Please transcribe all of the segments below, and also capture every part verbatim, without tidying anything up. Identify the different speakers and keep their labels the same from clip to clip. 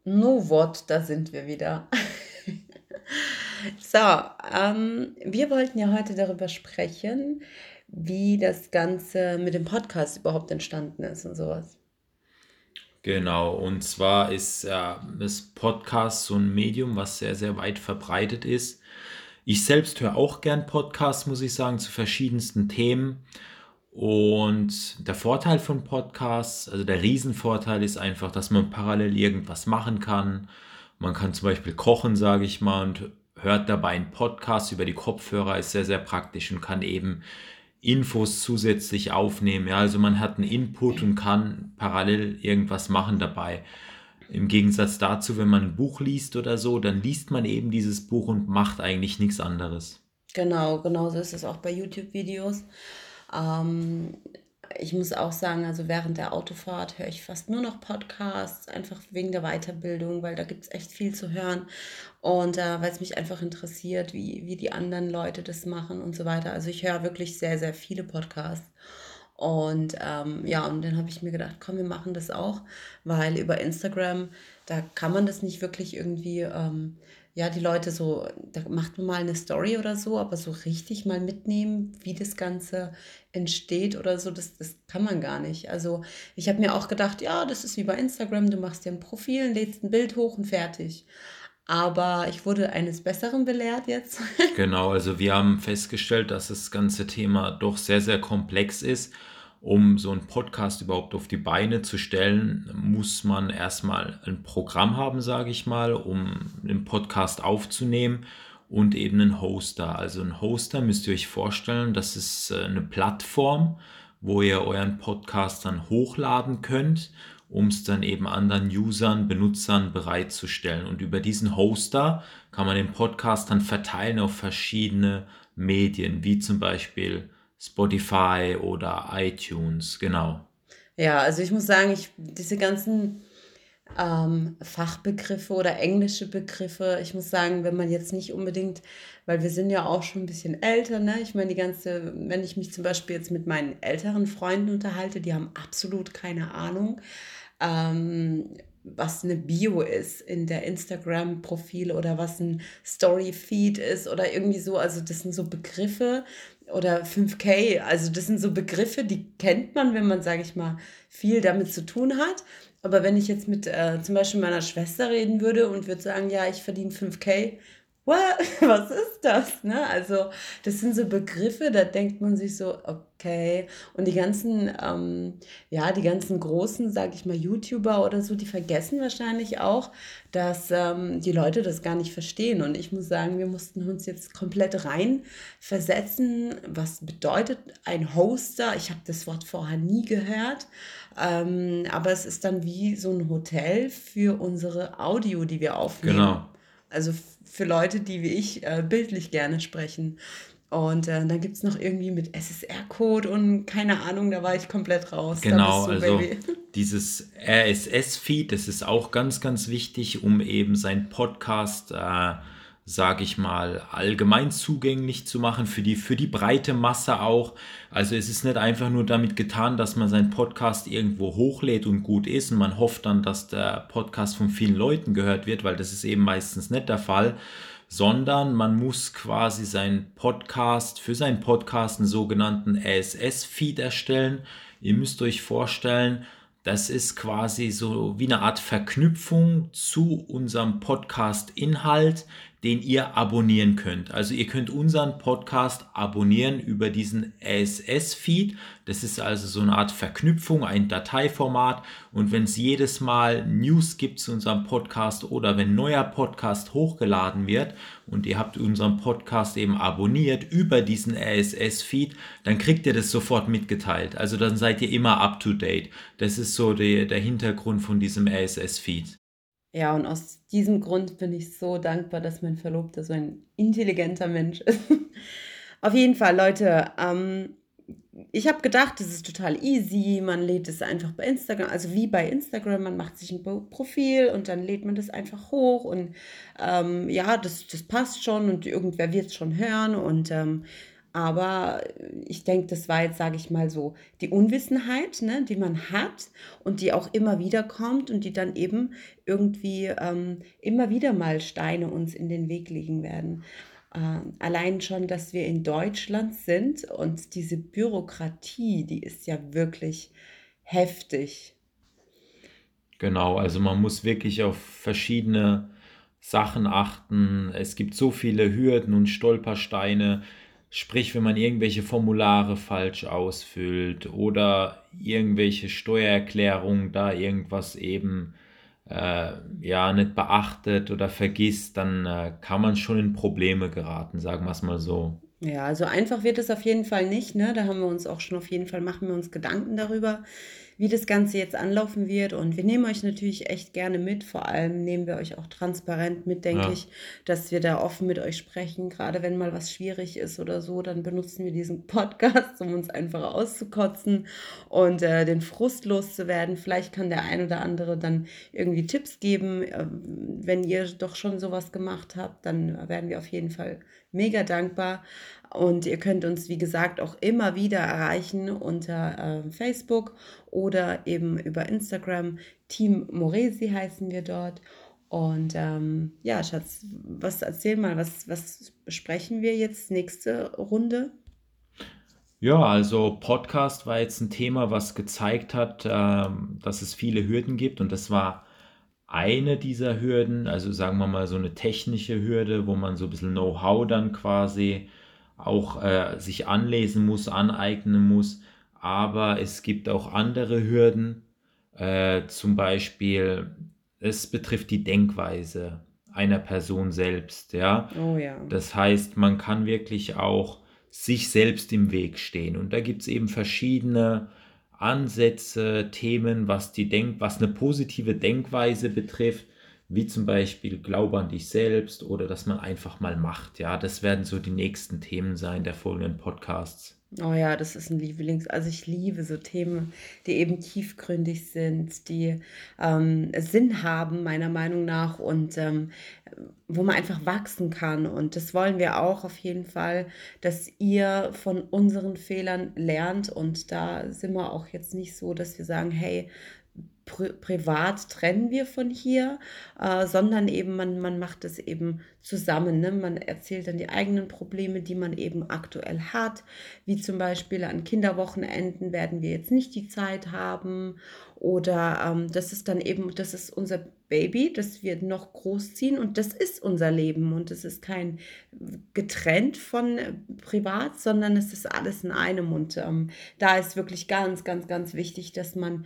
Speaker 1: Nu what, da sind wir wieder. So, ähm, wir wollten ja heute darüber sprechen, wie das Ganze mit dem Podcast überhaupt entstanden ist und sowas.
Speaker 2: Genau, und zwar ist äh, das Podcast so ein Medium, was sehr, sehr weit verbreitet ist. Ich selbst höre auch gern Podcasts, muss ich sagen, zu verschiedensten Themen. Und der Vorteil von Podcasts, also der Riesenvorteil ist einfach, dass man parallel irgendwas machen kann. Man kann zum Beispiel kochen, sage ich mal, und hört dabei einen Podcast über die Kopfhörer, ist sehr, sehr praktisch und kann eben Infos zusätzlich aufnehmen. Ja, also man hat einen Input und kann parallel irgendwas machen dabei. Im Gegensatz dazu, wenn man ein Buch liest oder so, dann liest man eben dieses Buch und macht eigentlich nichts anderes.
Speaker 1: Genau, genauso ist es auch bei YouTube-Videos. Ähm, Ich muss auch sagen, also während der Autofahrt höre ich fast nur noch Podcasts, einfach wegen der Weiterbildung, weil da gibt es echt viel zu hören und äh, weil es mich einfach interessiert, wie, wie die anderen Leute das machen und so weiter. Also ich höre wirklich sehr, sehr viele Podcasts. Und ähm, ja, und dann habe ich mir gedacht, komm, wir machen das auch, weil über Instagram, da kann man das nicht wirklich irgendwie, ähm, ja, die Leute so, da macht man mal eine Story oder so, aber so richtig mal mitnehmen, wie das Ganze entsteht oder so, das, das kann man gar nicht. Also ich habe mir auch gedacht, ja, das ist wie bei Instagram, du machst dir ein Profil, lädst ein Bild hoch und fertig. Aber ich wurde eines Besseren belehrt jetzt.
Speaker 2: Genau, also wir haben festgestellt, dass das ganze Thema doch sehr, sehr komplex ist. Um so einen Podcast überhaupt auf die Beine zu stellen, muss man erstmal ein Programm haben, sage ich mal, um den Podcast aufzunehmen und eben einen Hoster. Also ein Hoster müsst ihr euch vorstellen, das ist äh, eine Plattform, wo ihr euren Podcast dann hochladen könnt, um es dann eben anderen Usern, Benutzern bereitzustellen. Und über diesen Hoster kann man den Podcast dann verteilen auf verschiedene Medien, wie zum Beispiel Spotify oder iTunes, genau.
Speaker 1: Ja, also ich muss sagen, ich, diese ganzen ähm, Fachbegriffe oder englische Begriffe. Ich muss sagen, wenn man jetzt nicht unbedingt, weil wir sind ja auch schon ein bisschen älter, ne? Ich meine, die ganze, wenn ich mich zum Beispiel jetzt mit meinen älteren Freunden unterhalte, die haben absolut keine Ahnung, ähm, was eine Bio ist in der Instagram-Profil oder was ein Story-Feed ist oder irgendwie so. Also das sind so Begriffe oder fünf K, also das sind so Begriffe, die kennt man, wenn man, sage ich mal, viel damit zu tun hat. Aber wenn ich jetzt mit äh, zum Beispiel meiner Schwester reden würde und würde sagen, ja, ich verdiene fünf K, what? Was ist das? Ne? Also das sind so Begriffe, da denkt man sich so, okay. Und die ganzen, ähm, ja, die ganzen großen, sag ich mal, YouTuber oder so, die vergessen wahrscheinlich auch, dass ähm, die Leute das gar nicht verstehen. Und ich muss sagen, wir mussten uns jetzt komplett rein versetzen. Was bedeutet ein Hoster? Ich habe das Wort vorher nie gehört. Ähm, aber es ist dann wie so ein Hotel für unsere Audio, die wir aufnehmen.
Speaker 2: Genau,
Speaker 1: Also f- für Leute, die wie ich äh, bildlich gerne sprechen. Und äh, dann gibt es noch irgendwie mit S S R-Code und keine Ahnung, da war ich komplett raus. Da
Speaker 2: genau.
Speaker 1: bist du,
Speaker 2: Also
Speaker 1: Baby.
Speaker 2: dieses R S S-Feed, das ist auch ganz, ganz wichtig, um eben seinen Podcast, äh, sage ich mal, allgemein zugänglich zu machen, für die, für die breite Masse auch. Also es ist nicht einfach nur damit getan, dass man seinen Podcast irgendwo hochlädt und gut ist und man hofft dann, dass der Podcast von vielen Leuten gehört wird, weil das ist eben meistens nicht der Fall, sondern man muss quasi seinen Podcast, für seinen Podcast einen sogenannten R S S-Feed erstellen. Ihr müsst euch vorstellen, das ist quasi so wie eine Art Verknüpfung zu unserem Podcast-Inhalt, den ihr abonnieren könnt. Also ihr könnt unseren Podcast abonnieren über diesen R S S-Feed. Das ist also so eine Art Verknüpfung, ein Dateiformat. Und wenn es jedes Mal News gibt zu unserem Podcast oder wenn ein neuer Podcast hochgeladen wird und ihr habt unseren Podcast eben abonniert über diesen R S S-Feed, dann kriegt ihr das sofort mitgeteilt. Also dann seid ihr immer up to date. Das ist so der, der Hintergrund von diesem R S S-Feed.
Speaker 1: Ja, und aus diesem Grund bin ich so dankbar, dass mein Verlobter so ein intelligenter Mensch ist. Auf jeden Fall, Leute, ähm, ich habe gedacht, das ist total easy. Man lädt es einfach bei Instagram, also wie bei Instagram, man macht sich ein Pro- Profil und dann lädt man das einfach hoch und ähm, ja, das, das passt schon und irgendwer wird es schon hören und ähm, Aber ich denke, das war jetzt, sage ich mal so, die Unwissenheit, ne, die man hat und die auch immer wieder kommt und die dann eben irgendwie ähm, immer wieder mal Steine uns in den Weg legen werden. Ähm, allein schon, dass wir in Deutschland sind und diese Bürokratie, die ist ja wirklich heftig.
Speaker 2: Genau, also man muss wirklich auf verschiedene Sachen achten. Es gibt so viele Hürden und Stolpersteine. Sprich, wenn man irgendwelche Formulare falsch ausfüllt oder irgendwelche Steuererklärungen da irgendwas eben äh, ja nicht beachtet oder vergisst, dann äh, kann man schon in Probleme geraten, sagen wir es mal so.
Speaker 1: Ja, also einfach wird es auf jeden Fall nicht, ne? Da haben wir uns auch schon auf jeden Fall machen wir uns Gedanken darüber, wie das Ganze jetzt anlaufen wird. Und wir nehmen euch natürlich echt gerne mit. Vor allem nehmen wir euch auch transparent mit, denke
Speaker 2: Ja.
Speaker 1: ich, dass wir da offen mit euch sprechen. Gerade wenn mal was schwierig ist oder so, dann benutzen wir diesen Podcast, um uns einfach auszukotzen und äh, den Frust loszuwerden. Vielleicht kann der ein oder andere dann irgendwie Tipps geben. Ähm, wenn ihr doch schon sowas gemacht habt, dann werden wir auf jeden Fall mega dankbar. Und ihr könnt uns, wie gesagt, auch immer wieder erreichen unter äh, Facebook oder eben über Instagram. Team Moresi heißen wir dort. Und ähm, ja, Schatz, was erzähl mal, was, was besprechen wir jetzt nächste Runde?
Speaker 2: Ja, also Podcast war jetzt ein Thema, was gezeigt hat, ähm, dass es viele Hürden gibt und das war eine dieser Hürden, also sagen wir mal so eine technische Hürde, wo man so ein bisschen Know-how dann quasi auch äh, sich anlesen muss, aneignen muss. Aber es gibt auch andere Hürden, äh, zum Beispiel, es betrifft die Denkweise einer Person selbst, ja.
Speaker 1: Oh ja.
Speaker 2: Das heißt, man kann wirklich auch sich selbst im Weg stehen. Und da gibt es eben verschiedene Ansätze, Themen, was die Denk was eine positive Denkweise betrifft, wie zum Beispiel Glaube an dich selbst oder dass man einfach mal macht. Ja, das werden so die nächsten Themen sein der folgenden Podcasts.
Speaker 1: Oh ja, das ist ein Lieblings also, ich liebe so Themen, die eben tiefgründig sind, die, ähm, Sinn haben meiner Meinung nach und, ähm, wo man einfach wachsen kann. Und das wollen wir auch auf jeden Fall, dass ihr von unseren Fehlern lernt. Und da sind wir auch jetzt nicht so, dass wir sagen: „Hey, pri privat trennen wir von hier“, äh, sondern eben man man macht es eben zusammen, ne? Man erzählt dann die eigenen Probleme, die man eben aktuell hat, wie zum Beispiel an Kinderwochenenden werden wir jetzt nicht die Zeit haben oder, ähm, das ist dann eben das ist unser Baby, das wir noch großziehen und das ist unser Leben und es ist kein getrennt von äh, privat, sondern es ist alles in einem und, ähm, da ist wirklich ganz, ganz, ganz wichtig, dass man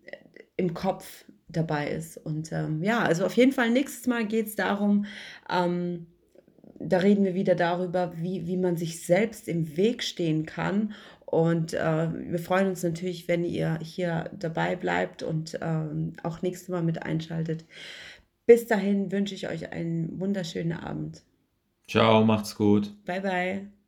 Speaker 1: im Kopf dabei ist. Und ähm, ja, also auf jeden Fall nächstes Mal geht es darum, ähm, da reden wir wieder darüber, wie, wie man sich selbst im Weg stehen kann. Und äh, wir freuen uns natürlich, wenn ihr hier dabei bleibt und ähm, auch nächstes Mal mit einschaltet. Bis dahin wünsche ich euch einen wunderschönen Abend.
Speaker 2: Ciao, macht's gut.
Speaker 1: Bye, bye.